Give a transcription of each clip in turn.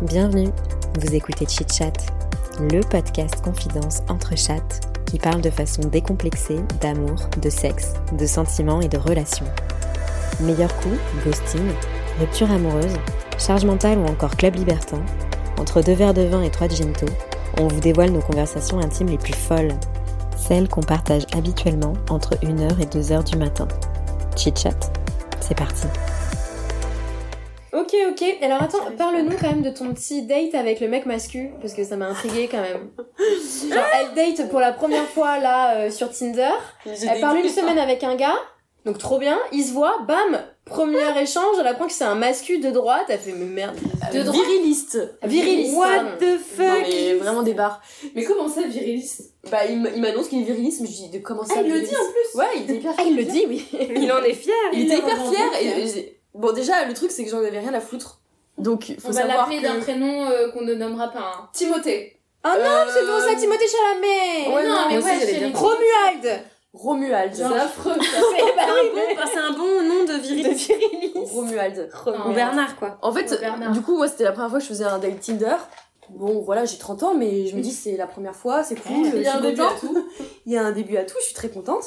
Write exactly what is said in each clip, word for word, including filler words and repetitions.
Bienvenue, vous écoutez Chit Chat, le podcast confidence entre chattes qui parle de façon décomplexée d'amour, de sexe, de sentiments et de relations. Meilleur coup, ghosting, rupture amoureuse, charge mentale ou encore club libertin, entre deux verres de vin et trois ginto, on vous dévoile nos conversations intimes les plus folles, celles qu'on partage habituellement entre une heure et deux heures du matin. Chit Chat, c'est parti. Ok, ok. Alors attends, parle-nous quand même de ton petit date avec le mec mascu, parce que ça m'a intriguée quand même. Genre, elle date pour la première fois là euh, sur Tinder. Elle parle une semaine avec un gars, donc trop bien. Ils se voient, bam, premier échange. Elle apprend que c'est un mascu de droite. Elle fait mais merde. De droite. Viriliste. Viriliste. What the fuck. Non, mais vraiment des barres. Mais comment ça, viriliste? Bah, il m'annonce qu'il est viriliste, mais je dis de comment ça. Ah, il le dit en plus. Ouais, il était hyper fier. Ah, il le dit, oui. Il en est fier. Il, il était hyper hyper fier. Et, et bon, déjà, le truc, c'est que j'en avais rien à foutre. Donc, faut on savoir va l'appeler que... d'un prénom euh, qu'on ne nommera pas. Hein. Timothée. Ah non, Euh... c'est pour ça, Timothée Chalamet. Ouais, non, non, mais moi ouais, aussi, j'allais dire. Romuald. Romuald. C'est affreux. C'est bah, un bon, c'est un bon nom de viriliste. De viriliste. Romuald. Non, Ou Bernard, quoi. En fait, Bernard. du coup, moi, c'était la première fois que je faisais un date Tinder. Bon, voilà, j'ai trente ans, mais je me dis, c'est la première fois, c'est cool, Il y a un début à tout. Il y a un début à tout, je suis très contente.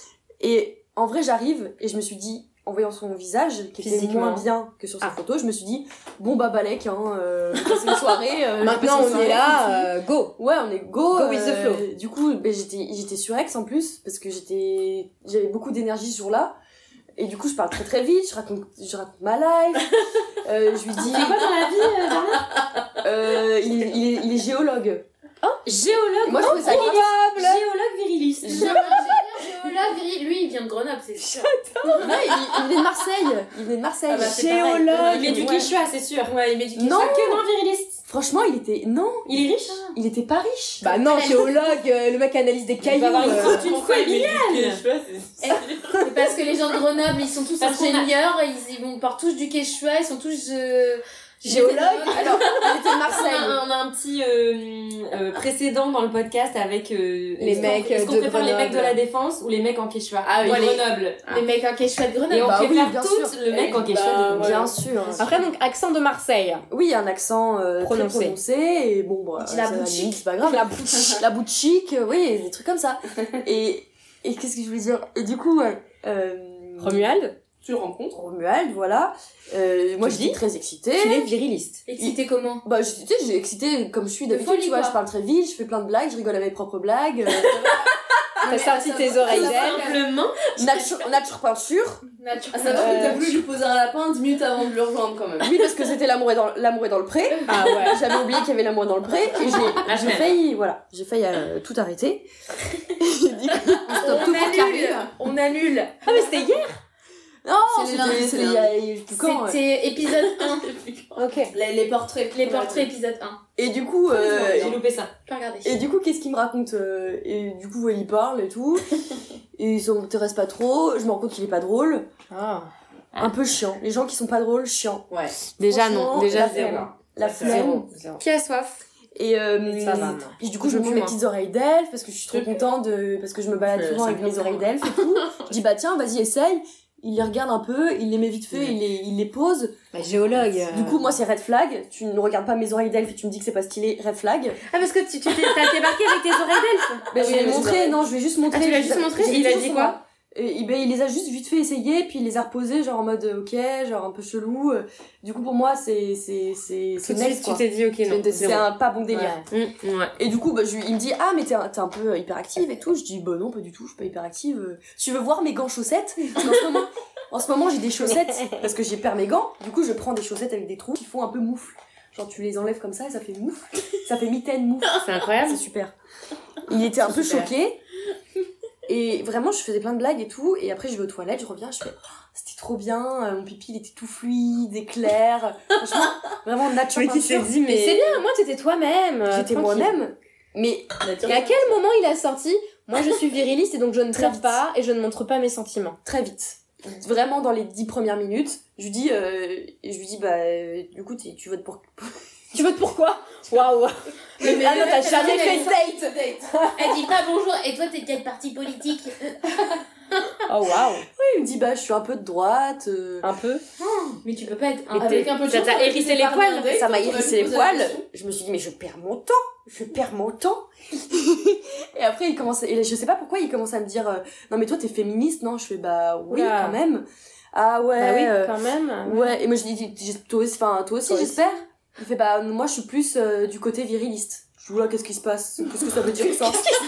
Et en vrai, j'arrive, et je me suis dit, en voyant son visage, qui était moins bien que sur sa ah. photo, je me suis dit, bon, bah, balèque, hein, euh, c'est une soirée. Euh, Maintenant, on est là, euh, go. Ouais, on est go. Go with the flow. Euh, du coup, bah, j'étais, j'étais sur Aix en plus, parce que j'étais, j'avais beaucoup d'énergie ce jour-là. Et du coup, je parle très très vite, je raconte, je raconte ma life. euh, je lui dis. C'est quoi dans la vie, euh, Bernard euh, il, il, est, il est géologue. Oh, géologue. Moi, je trouvais ça viriliste. Géologue viriliste. Gé- Géologue viril. Lui, il vient de Grenoble, c'est sûr. Non, il, il venait de Marseille. Il venait de Marseille. Ah bah, c'est Géologue. pareil. Il met du Ouais. quechua, c'est sûr. Ouais, il met du quechua. Non. Que non, viriliste. Franchement, il était, non. Il est riche. Il était pas riche. Bah non, géologue, euh, le mec analyse des cailloux. va avoir une euh, fortune familiale. C'est C'est parce que les gens de Grenoble, ils sont tous Parce qu'on a- ingénieurs, ils, ils vont par tous du quechua, ils sont tous euh, Géologue. Alors, il était de On Marseille. a, on a un petit euh, euh, précédent dans le podcast avec euh, Les est-ce qu'on- mecs est-ce qu'on de préfère les mecs de Grenoble. la Défense ou les mecs en quechua Ah oui. de Ouais, les- Grenoble. les mecs en quechua de Grenoble. Et on Bah oui, préfère bien toutes sûr. le mec en quechua Bah, de Grenoble. Bien sûr. Après, donc, accent de Marseille. Oui, il y a un accent euh, Prononcé. très prononcé et bon, bah, dit la ça, boutique. c'est pas grave. La boutique, la boutique, euh, oui, des trucs comme ça. Et et qu'est-ce que je voulais dire? Et du coup, euh, euh, Romuald, Tu le rencontres. Romuald, voilà. Euh, moi, Tu j'étais dis très excitée. il est viriliste. Excité comment? Bah, je- tu sais, j'ai excité comme je suis De d'habitude, folie, tu vois, quoi. je parle très vite, je fais plein de blagues, je rigole à mes propres blagues. Euh, T'as sorti tes oreilles d'elle. Simplement. nature, nature peinture. Naturel. À savoir que t'as Euh, voulu lui poser un lapin dix minutes avant de le rejoindre quand même. Oui, parce que c'était l'amour est dans, l'amour est dans le pré. Ah ouais. J'avais oublié qu'il y avait l'amour dans le pré et j'ai, La j'ai semaine. failli, voilà, j'ai failli euh, tout arrêter. J'ai dit que stop tout pour Karine. On annule. Ah mais c'était hier. Non, C'est c'était, lundi, c'était c'est il y a, il y a plus quand. ouais. C'était épisode un. Ok. Les, les portraits. Les portraits épisode un. Et du coup, euh, J'ai loupé ça. Je peux regarder. et du coup, qu'est-ce qu'il me raconte euh, Et du coup, ouais, il parle et tout. Et il s'intéresse pas trop. Je me rends compte qu'il est pas drôle. Ah. Un peu chiant. Les gens qui sont pas drôles, chiants. Ouais. Déjà Franchement, non, déjà la zéro. flemme. La flemme. Zéro. Zéro. Qui a soif? Et, euh, Ça va, non. et du coup, je Je me mets fume, mes hein. petites oreilles d'elfe parce que je suis trop contente de, parce que je me balade Euh, souvent ça avec me mes oreilles d'elfe et tout. Je dis, bah tiens, vas-y, essaye. Il les regarde un peu, il les met vite fait, il les, il les pose. Bah, géologue. euh. Du coup, moi, c'est red flag. Tu ne regardes pas mes oreilles d'elfe et tu me dis que c'est pas stylé, red flag. Ah parce que tu, tu t'es, t'as débarqué avec tes oreilles d'elfe. Bah, je oui, vais mais montrer, c'est non, je vais juste montrer. Ah, tu l'as Je- juste montré j'ai Il a tout dit sur quoi moi. Et, il- ben, il les a juste vite fait essayé, puis il les a reposés, genre en mode euh, ok, genre un peu chelou. euh. Du coup, pour moi, c'est, c'est, c'est, c'est Tout de next, suite, tu quoi. t'es dit ok non. C'est zéro. un pas bon délire. Ouais. Mmh, ouais. Et du coup, bah, je, lui- il me dit, ah, mais t'es un, t'es un peu hyperactive et tout. Je dis, bah non, pas du tout, je suis pas hyperactive. Euh, Tu veux voir mes gants chaussettes? Parce qu'en ce moment, en ce moment, j'ai des chaussettes, parce que j'ai perdu mes gants. Du coup, je prends des chaussettes avec des trous qui font un peu moufle. Genre, tu les enlèves comme ça et ça fait moufle. Ça fait mitaine moufle. C'est incroyable. C'est super. Il était un peu super. choqué. Et vraiment, je faisais plein de blagues et tout. Et après, je vais aux toilettes, je reviens, je fais, oh, c'était trop bien. euh, Mon pipi, il était tout fluide et clair. Franchement, vraiment nature Mais qui s'est peinture. dit mais c'est bien, moi t'étais toi-même. euh, J'étais tranquille. moi-même. Mais Et à quel moment il a sorti moi je suis viriliste et donc je ne Très pleure vite. pas et je ne montre pas mes sentiments. très vite. Vraiment dans les dix premières minutes, je lui dis, euh, je lui dis bah euh, du coup tu tu votes pour. Tu votes pour quoi? Waouh. Mais, mais Ah non, t'as elle- jamais elle- fait elle- de date. date. Elle dit pas bonjour, et toi t'es de quel parti politique? Oh waouh. Il me dit bah je suis un peu de droite. euh, Un peu. Mais tu peux pas être un... Mais Avec t'es- un peu de ça chance, t'a t'aurais hérissé été les par poils. un date, Ça m'a t'aurais hérissé pu les poser la poils. question. Je me suis dit, mais je perds mon temps. Je perds mon temps. Et après, il commence, et je sais pas pourquoi, il commence à me dire, euh, non, mais toi, t'es féministe, non? Je fais, bah, oui, Oula. quand même. Ah ouais. Bah oui, euh, quand même. ouais. Et moi, je lui dis, toi aussi, enfin, toi aussi, Toi aussi. j'espère. Il fait, bah, moi, je suis plus euh, du côté viriliste. Je dis, oula, qu'est-ce qui se passe? Qu'est-ce que ça veut dire, ça?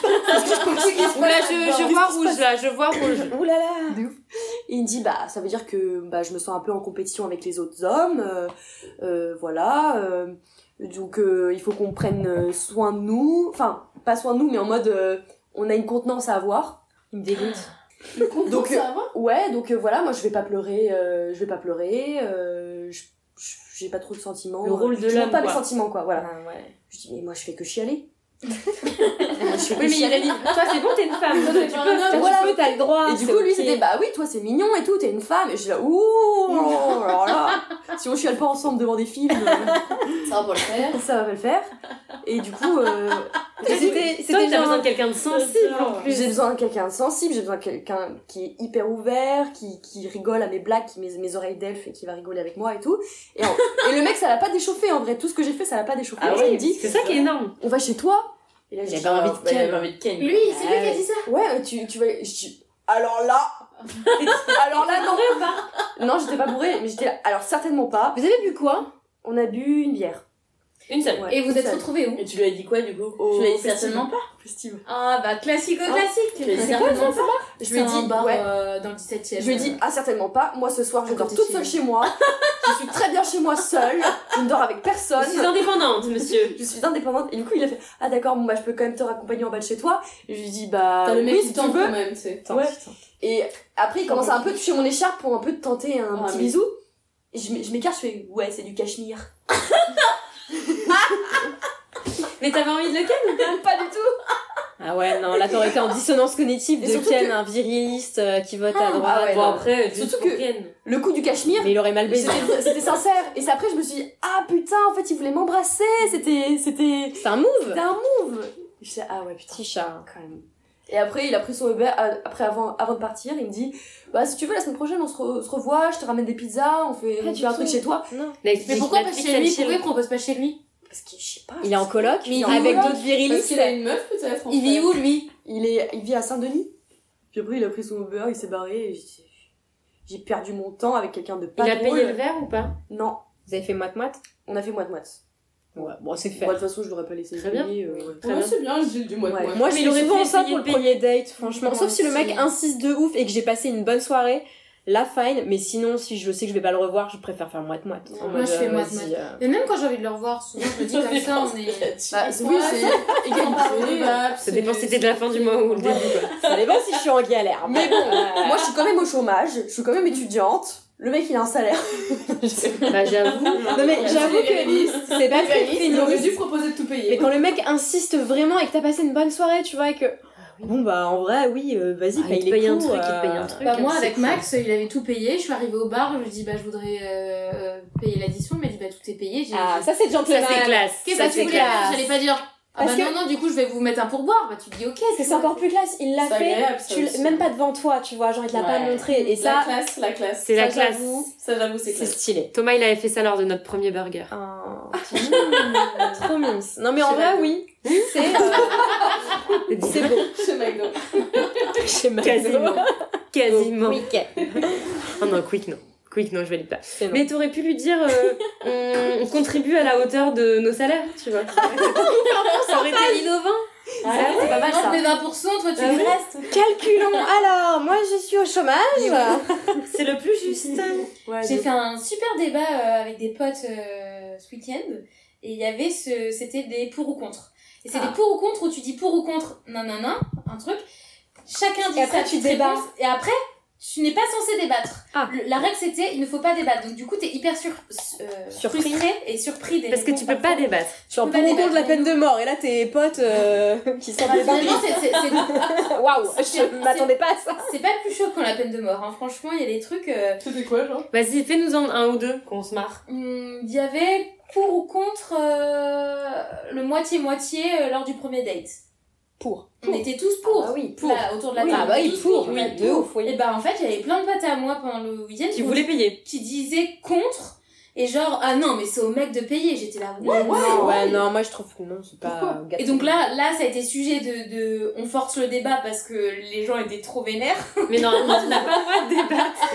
Oula, je, je vois rouge là, je vois rouge. Ouh là là. De ouf. Et il me dit, bah, ça veut dire que bah, je me sens un peu en compétition avec les autres hommes. Euh, euh, voilà. Euh, donc, euh, il faut qu'on prenne soin de nous. Enfin, pas soin de nous, mais en mode, euh, on a une contenance à avoir. Il me dégoûte. Donc, Donc, ça va. ouais, donc euh, voilà, moi, je vais pas pleurer. Euh, je vais pas pleurer. Euh, je- je- j'ai pas trop de sentiments. Le rôle de Je montre l'homme, pas quoi. mes sentiments, quoi. Voilà. Ah, ouais. Je dis, mais moi, je fais que chialer. moi, je fais que Oui, mais il chialer. a dit, toi c'est bon, t'es une femme. Toi, toi, t'es tu pas peux. un homme. T'as Voilà. tu peux, t'as le droit. Et du c'est coup, lui, ok. c'était, bah oui, toi, c'est mignon et tout, t'es une femme. Et je suis là, ouh, alors là, si on chiale pas ensemble devant des films, euh, Ça va pas le faire. ça va pas le faire. Et du coup, euh, C'était, Toi, c'était t'as genre... besoin de quelqu'un de sensible en plus. j'ai besoin de quelqu'un de sensible, j'ai besoin de quelqu'un qui est hyper ouvert, qui, qui rigole à mes blagues, qui met mes oreilles d'elfe et qui va rigoler avec moi et tout. Et, en- et le mec, ça l'a pas déchauffé, en vrai. Tout ce que j'ai fait, ça l'a pas déchauffé. Ah Il me oui, dit, c'est ça qui est énorme. on va chez toi. Et là, Il je a dis, pas envie ah, de ouais, ken. il avait envie de ken. Lui, c'est lui qui a dit ça. Ouais, tu, tu vas, je dis, alors là, alors là, non. Non, j'étais pas bourrée, mais j'étais là. Alors, certainement pas. Vous avez bu quoi? On a bu une bière. Une seule. Ouais, Et vous une êtes seule. retrouvés où? Et tu lui as dit quoi, du coup? Au Tu lui as dit festival. certainement pas. Festival. Ah bah classico Ah. classique. Tu lui as dit C'est certainement pas. Je lui ai C'est un dit, bar ouais. euh, dans le dix-septième. Je lui ai dit, ah, certainement pas. Moi, ce soir, je À dors côté toute de seule chez chez moi. Je suis très bien chez moi seule. Je ne dors avec personne. Je suis indépendante, monsieur. Je suis indépendante. Et du coup, il a fait, ah, d'accord, bon, bah, je peux quand même te raccompagner en bas de chez toi. Et je lui ai dit, bah, T'as le mec oui, qui si tu tente veux. quand même, tu sais. Ouais. Et après, il commence à un peu toucher mon écharpe pour un peu tenter un Ah, petit mais- bisou. Et je m- je m'écarte, je fais, ouais, c'est du cachemire. Mais t'avais envie de le ken? Pas du tout. Ah ouais, non, là t'aurais été en dissonance cognitive Et de surtout Ken, que- un viriliste euh, qui vote à Ah, droite. ah ouais, Bon, non. après, juste Surtout pour que- ken. Le coup du cachemire. Mais il aurait mal baisé. C'était c'était sincère. Et c'est après, je me suis dit, ah putain, en fait, il voulait m'embrasser. C'était, c'était, C'est un move. c'était un move. Et je disais, ah ouais, putain, Petit chat. quand même. Et après, il a pris son Uber, euh, après, avant, avant de partir, il me dit, bah, si tu veux, la semaine prochaine, on se, re- se revoit, je te ramène des pizzas, on fait, Pas on du fait un tout. truc chez toi. Non. Mais pourquoi pas Netflix chez lui? and chill. Pourquoi il propose pas chez lui? Parce qu'il, je sais pas. Il est en coloc, Mais il est en avec coloc, d'autres Parce virilistes. qu'il a une meuf, peut-être. en Il vit fait. où lui? Il est, il vit à Saint-Denis. Puis après, il a pris son Uber, il s'est barré, et j'ai- j'ai perdu mon temps avec quelqu'un de pas Il a drôle. payé le verre ou pas? Non. Vous avez fait moite-moite? On a fait moite-moite. Ouais, bon, c'est fait. Moi, de toute façon, je l'aurais pas laissé Très bien. payer, euh, ouais. Très Ouais, bien. c'est bien, j'ai du mois de Ouais. mois. Moi, Mais je il suis aurait pu ça essayer pour le de premier date, franchement. Moi Sauf si le mec aussi. insiste de ouf et que j'ai passé une bonne soirée, là, fine. Mais sinon, si je sais que je vais pas le revoir, je préfère faire moite-moite. En Moi, mode, je fais euh, moite-moite. vas-y, euh, Mais même quand j'ai envie de le revoir, souvent je me dis comme ça, on est... Bah, c'est- oui, Ouais, c'est égalité. Ça dépend si t'es de la fin du mois ou le début, quoi. Ça dépend si je suis en galère. Mais bon, Euh, moi, je suis quand même au chômage, je suis quand même étudiante. Le mec, il a un salaire. Bah, j'avoue. Non, mais j'avoue que c'est pas très Il aurait féministe. dû proposer de tout Mais payer. quand le mec insiste vraiment et que t'as passé une bonne soirée, tu vois, et que. Bon, bah, en vrai, oui, euh, vas-y, Ah, paye il te les paye un coups, truc, il te euh, paye un truc. Bah moi c'est avec cool. Max, il avait tout payé, je suis arrivée au bar, je lui dis bah je voudrais euh, euh, payer l'addition, il m'a dit bah tout est payé. J'ai Ah, dit, ça, c'est gentleman. Ça, c'est classe. qu'est-ce Ça, que tu c'est voulais classe. faire? J'allais pas dire ah Parce bah que- non non du coup je vais vous mettre un pourboire, bah tu te dis ok. Parce que c'est encore plus classe, il l'a C'est fait, agréable, ça tu l- aussi. même pas devant toi, tu vois, genre il te l'a pas Ouais. montré. Et La ça, classe, la classe. C'est la ça, classe. j'avoue, Ça, j'avoue, c'est c'est classe. stylé. Thomas, il avait fait ça lors de notre premier burger. Oh, trop mimes. Non, mais en Chez vrai, McDo. oui, c'est euh, c'est beau. Chez McDo. Chez McDo. Quasiment. Quasiment. Quick. Oh non, Quick, non. Quick, non, je valide pas. C'est non. Mais t'aurais pu lui dire, euh, on, on contribue à la hauteur de nos salaires, tu vois. Ça aurait été innovant. Ah, c'est pas mal Non, ça. mais vingt pour cent, toi tu Ah le oui. restes. Calculons. Alors, moi, je suis au chômage. C'est le plus juste. Ouais, J'ai de- fait un super débat euh, avec des potes euh, ce week-end et il y avait ce c'était des pour ou contre. Et c'est Ah. des pour ou contre où tu dis pour ou contre nanana, un truc. Chacun dit Et après, sa tu petite débats. réponse, et après tu n'es pas censé débattre. Ah. Le- la règle c'était il ne faut pas débattre. Donc du coup t'es hyper sur, euh, Surpris. frustré et surpris des Parce que réponses tu peux pas parfois. débattre. Genre, peux pour pas ou contre débattre, la mais peine non. de mort. Et là, tes potes euh, qui sont Bah, des barres. finalement, c'est- c'est- c'est- Waouh, c'est- je m'attendais pas à ça. c'est pas plus chaud que la peine de mort. Hein. Franchement, il y a des trucs. euh, C'était quoi, genre? Vas-y, fais-nous en un ou deux, qu'on se marre. hum, Il y avait pour ou contre euh, le moitié-moitié euh, lors du premier date. Pour. On était tous pour. Ah oui, pour. Là, autour de la Oui, table. ah bah oui, tous pour, oui. oui, de ouf, oui. Et bah en fait, j'avais plein de potes à moi pendant le week-end Qui voulaient payer. qui disaient contre. Et genre, ah non, mais c'est au mec de payer. J'étais là, what? Ouais, ouais, non, moi je trouve que non, c'est pas gâté. Et donc là, là, ça a été sujet de, de, on force le débat parce que les gens étaient trop vénères. Mais normalement, tu n'as pas le droit de débattre.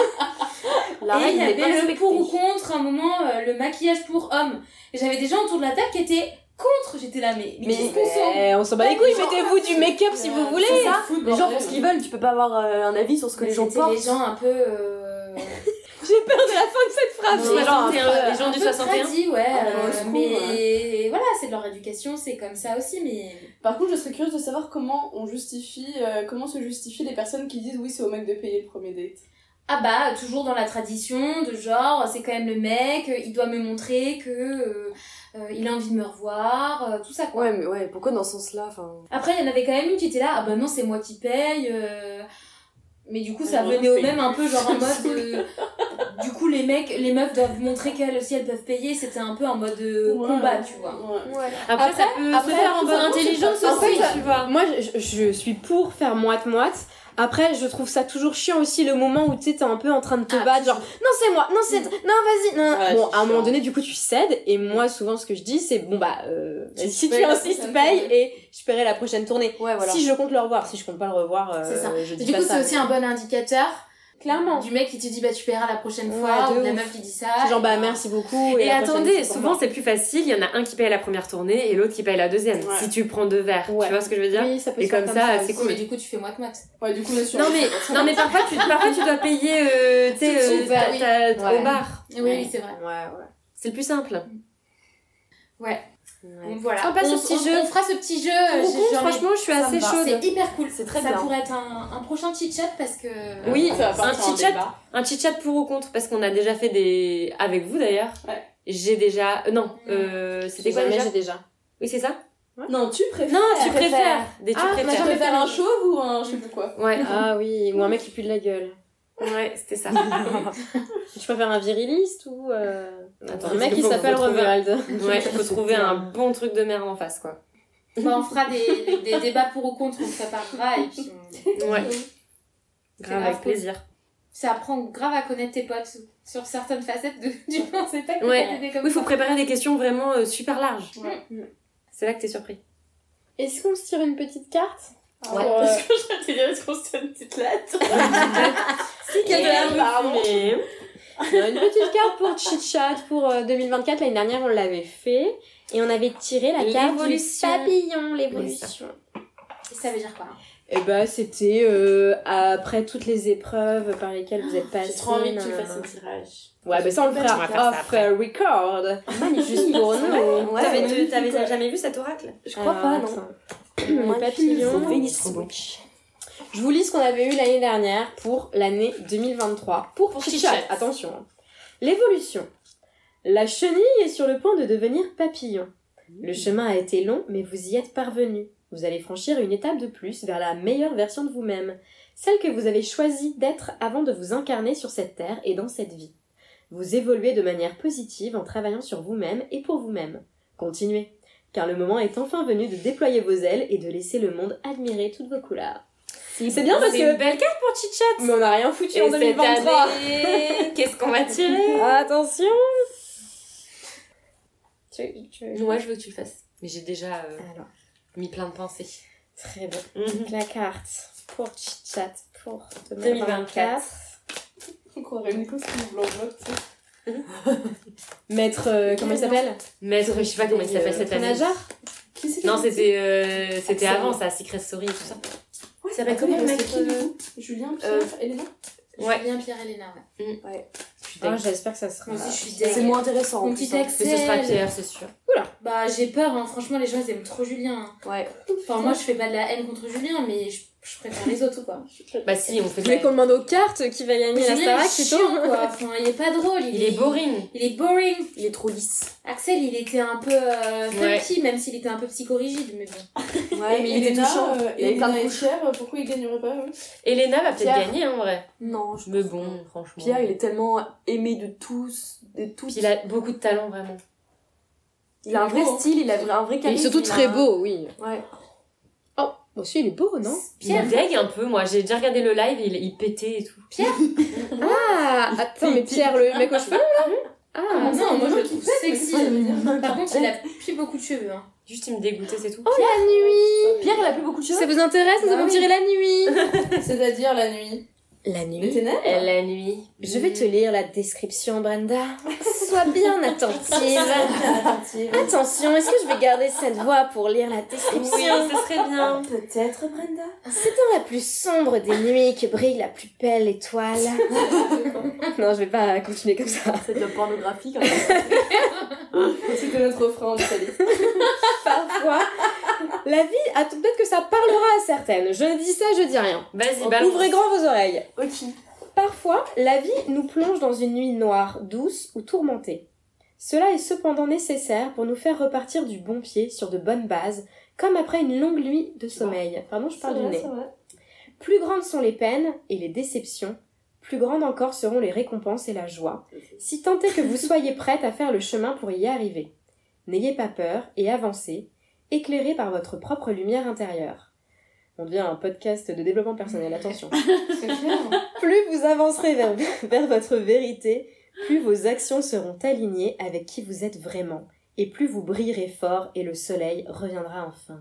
La et règle il y n'est pas avait le respectée. pour ou contre, un moment, euh, le maquillage pour hommes. Et j'avais des gens autour de la table qui étaient contre. J'étais là, mais, mais, Mais qu'est-ce qu'on s'en... eh, on s'en bat les couilles, mettez-vous du make-up si vous voulez. C'est ça, Foot, les gens bordel. font ce qu'ils veulent, tu peux pas avoir euh, un avis sur ce que Mais les gens c'était portent. les gens un peu... Euh... J'ai peur de la fin de cette phrase. Non, Mais genre, soixante et un, un peu- les gens du un peu soixante et un. tradis, ouais, Ah, euh, au secours, mais voilà, c'est de leur éducation, c'est comme ça aussi, mais... Par contre, je serais curieuse de savoir comment on justifie, euh, comment se justifient les personnes qui disent oui, c'est au mec de payer le premier date. Ah bah, toujours dans la tradition de genre, c'est quand même le mec, il doit me montrer que euh, euh, il a envie de me revoir, euh, tout ça quoi. Ouais, mais ouais, pourquoi dans ce sens-là, enfin... Après, il y en avait quand même une qui était là, ah bah non, c'est moi qui paye. euh, Mais du coup, ça Ah, venait au c'est- même un peu genre en mode... euh, Du coup, les mecs, les meufs doivent montrer qu'elles aussi, elles peuvent payer, c'était un peu en mode euh, Ouais. combat, tu vois. Ouais. Après, ça Après- peut après, se faire en bonne ça, c'est intelligence pas- en aussi, fait, tu vois. Moi, je, je suis pour faire moite-moite. Après, je trouve ça toujours chiant aussi le moment où tu sais, t'es un peu en train de te Ah, battre, genre, non, c'est moi, non, c'est, non, vas-y, non. Ouais, bon, c'est à un moment chiant. donné, du coup, tu cèdes, et moi, souvent, ce que je dis, c'est, bon, bah, euh, Tu si payes tu la insistes, prochaine paye, tournée. et je paierai la prochaine tournée. Ouais, voilà. Si je compte le revoir, si je compte pas le revoir, euh, C'est ça. je dis Du pas coup, ça. c'est aussi un bon indicateur Clairement. du mec qui te dit, bah tu paieras la prochaine Ouais, fois, de ou de la ouf. meuf qui dit ça. C'est genre, et bah, ben, merci beaucoup. Et la prochaine, attendez, c'est pour souvent moi. c'est plus facile, il y en a un qui paye la première tournée et l'autre qui paye la deuxième. Ouais. Si tu prends deux verres, Ouais. tu vois ce que je veux dire? Oui, ça peut Et se faire comme ça, c'est aussi. Oui, cool. mais du coup, tu fais moite-moite. Ouais, du coup, on est sur Non mais, non mais parfois tu, parfois tu dois payer, euh, tu sais, Tout de euh, suite, ta- oui. ta- Ouais. au bar. Oui, oui, c'est vrai. Ouais, ouais. C'est le plus simple. Ouais. Ouais. Donc voilà. On passe on, au petit on- jeu. On fera ce petit jeu. Pour euh, le j'ai- coup, j'ai envie- franchement, je suis ça me assez va. chaude. C'est hyper cool. C'est très ça bien. pourrait être un, un prochain chit chat parce que. Oui, Ça va un partir en petit chat, débat. un petit chat pour ou contre, parce qu'on a déjà fait des, avec vous d'ailleurs. Ouais. J'ai déjà, euh, non, euh, c'était quoi Jamais déjà? j'ai déjà. Oui, c'est ça? Non, tu préfères. Non, tu préfères. préfères. Des tu Ah, Tu préfères. préfères un chauve ou un je sais plus quoi? Ouais, Ah oui, ou un mec qui pue de la gueule. ouais, c'était ça. Tu préfères un viriliste ou euh... Attends, un mec parce qui qu'il faut- s'appelle faut trouver- Reverald. Ouais, il faut trouver un bon truc de merde en face, quoi. Bah, on fera des, des débats pour ou contre, on préparera et puis on... Ouais. C'est Grave, grave avec cool. plaisir. Ça apprend grave à connaître tes potes sur certaines facettes de... du pensais pas que Ouais. t'étais comme Oui, il faut ça. préparer des questions vraiment euh, super larges. Ouais. C'est là que t'es surpris. Est-ce qu'on se tire une petite carte? Ouais. Pour, euh, Est-ce que je vais te dire, est-ce qu'on se fait une petite lettre? Si quelqu'un pardon. Mais... Non, une petite carte pour Chit Chat pour euh, deux mille vingt-quatre. L'année dernière, on l'avait fait. Et on avait tiré la carte du L'évolution. papillon, l'évolution. Et ça veut dire quoi? Et bah, c'était euh, après toutes les épreuves par lesquelles vous êtes passés. J'ai trop envie que tu nanana. fasses un tirage. Ouais, bah ça, on le On va fera faire ça off après. euh, record. Juste pour nous. Ouais, T'avais, ouais. t'avais jamais vu cet oracle? Je crois pas, non. Le papillon. Je vous lis ce qu'on avait eu l'année dernière pour l'année deux mille vingt-trois. Pour, Pour Chit Chit Chat, Chat. attention. L'évolution. La chenille est sur le point de devenir papillon. Le chemin a été long, mais vous y êtes parvenu. Vous allez franchir une étape de plus vers la meilleure version de vous-même, celle que vous avez choisi d'être avant de vous incarner sur cette terre et dans cette vie. Vous évoluez de manière positive en travaillant sur vous-même et pour vous-même. Continuez, car le moment est enfin venu de déployer vos ailes et de laisser le monde admirer toutes vos couleurs. C'est bien parce C'est que... une belle carte pour Chit Chat. Mais on n'a rien foutu Et en deux mille cette vingt-trois. année, qu'est-ce qu'on va tirer? Attention. Tu, tu... Moi, je veux que tu le fasses. Mais j'ai déjà euh, Alors, mis plein de pensées. très bien. Mhm. La carte pour Chit Chat pour deux deux mille mille vingt-quatre. vingt-quatre. On croirait Nico qui ouvre l'enveloppe, tu sais. Maître, euh, comment il s'appelle? Maître, je sais pas comment il s'appelle cette année. Nageur. Qui c'est qui Non, a dit c'était euh, c'était Axel. avant ça, Secret Story et tout ça. Ouais, Ça s'appelle attends, comment, il mec, restait qui, du euh, coup Julien, Pierre, euh, Elena Ouais. Julien, Pierre, Elena, ouais. Je suis Ah, dingue. j'espère que ça sera. Moi aussi, je suis C'est deg. moins intéressant. en Mon plus, petit hein. Mais ce sera Axel. Pierre, c'est sûr. Bah, j'ai peur, hein. Franchement, les gens, ils aiment trop Julien. hein. Ouais. Enfin, moi, je fais pas de la haine contre Julien, mais je, je préfère les autres, quoi. Bah si, on fait Vous voulez qu'on demande aux cartes qui va gagner Mais la Julien, il est Starac, c'est chiant, tout? quoi. Enfin, il est pas drôle. Il, Il est boring. Il est boring. Il est trop lisse. Axel, il était un peu euh, Ouais. funky, même s'il était un peu psychorigide, mais bon. Ouais, mais il était Elena, touchant. euh, Il avait plein de Elena et couches. Pierre, pourquoi ils gagneraient pas eux? Elena va peut-être Pierre. gagner en vrai. Non, je Mais pense bon, pas. franchement. Pierre, il est tellement aimé de tous, de tous. Puis il a beaucoup de talent vraiment. Il a un vrai beau, hein. style, il a un vrai Il est charisme. surtout il a très un- beau, oui. Ouais. Oh, Aussi, il est beau, non? Pierre. Il deg un peu, moi. J'ai déjà regardé le live, il, il pétait et tout. Pierre? Ah, attends, mais Pierre, le mec aux cheveux, là? Ah, ah non, moi je le trouve sexy. Par contre, il a plus beaucoup de cheveux. Hein. Juste, il me dégoûtait, c'est tout. Oh, Pierre, la nuit! Pierre, il a plus beaucoup de cheveux. Ça vous intéresse? Nous ah, avons oui. tiré la nuit. C'est-à-dire la nuit. La nuit. Les ténèbres. La nuit. Je vais te lire la description, Brenda. Sois bien attentive. Attention, est-ce que je vais garder cette voix pour lire la description? Oui, ce serait bien. Peut-être, Brenda. C'est dans la plus sombre des nuits que brille la plus belle étoile. Non, je vais pas continuer comme ça. C'est de la pornographie, quand même. C'était notre refrain, vous savez. Parfois, la vie, ah, peut-être que ça parlera à certaines. Je dis ça, je dis rien. Vas-y, balance. Ouvrez grand vos oreilles. Ok. Parfois, la vie nous plonge dans une nuit noire, douce ou tourmentée. Cela est cependant nécessaire pour nous faire repartir du bon pied sur de bonnes bases, comme après une longue nuit de sommeil. Pardon, je parle du nez. Plus grandes sont les peines et les déceptions, plus grandes encore seront les récompenses et la joie, si tant est que vous soyez prête à faire le chemin pour y arriver. N'ayez pas peur et avancez, éclairés par votre propre lumière intérieure. On devient un podcast de développement personnel, attention. C'est clair. Plus vous avancerez vers, vers votre vérité, plus vos actions seront alignées avec qui vous êtes vraiment, et plus vous brillerez fort et le soleil reviendra enfin.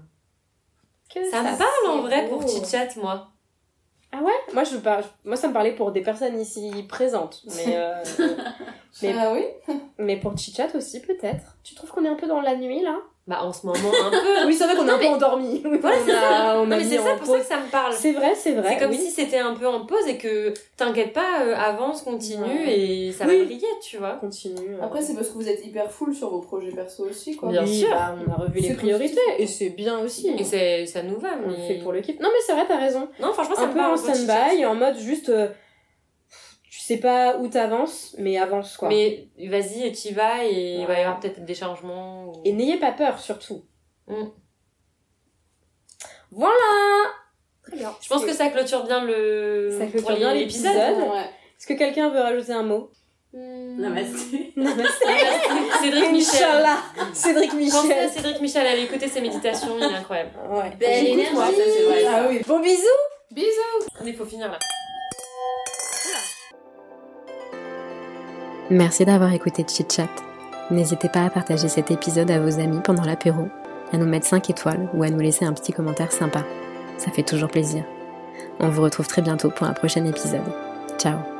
Que ça, ça me parle en vrai beau. Pour chit-chat, moi. Ah ouais? Moi, je parle, moi, ça me parlait pour des personnes ici présentes. Mais, euh, mais, ah oui? Mais pour chit-chat aussi, peut-être. Tu trouves qu'on est un peu dans la nuit, là? Bah, en ce moment, un peu. Oui, c'est vrai qu'on est un mais... peu endormi. Voilà, c'est ça. On a non, mais c'est ça, pour pause. ça que ça me parle. C'est vrai, c'est vrai. C'est comme oui. si c'était un peu en pause et que t'inquiète pas, euh, avance, continue ouais. et ça oui. va briller, tu vois. Continue. Euh... Après, c'est parce que vous êtes hyper full sur vos projets perso aussi, quoi. Bien oui, sûr. Bah, on a revu les priorités et c'est bien aussi. Et c'est, ça nous va. On mais... le fait pour le kiff. Non, mais c'est vrai, t'as raison. Non, franchement, ça un me peu parle. En stand-by, en mode juste. Euh, tu sais pas où t'avances, mais avance, quoi. Mais vas-y, et t'y vas et il ouais. va y avoir peut-être des changements. Ou... Et n'ayez pas peur, surtout. Mm. Voilà. Très bien. Je pense que ça clôture bien le ça clôture bien l'épisode. Ouais. Est-ce que quelqu'un veut rajouter un mot? Mmh. Namasté. Namasté. Cédric Michel. Inch'Allah. Cédric Michel. Pensez à Cédric Michel, allez écouter ses méditations, il est incroyable. Ouais. Belle énergie. Moi, ça, c'est vrai. Ah oui. Bon bisous. Bisous. Il faut finir là. Merci d'avoir écouté Chit Chat. N'hésitez pas à partager cet épisode à vos amis pendant l'apéro, à nous mettre cinq étoiles ou à nous laisser un petit commentaire sympa. Ça fait toujours plaisir. On vous retrouve très bientôt pour un prochain épisode. Ciao.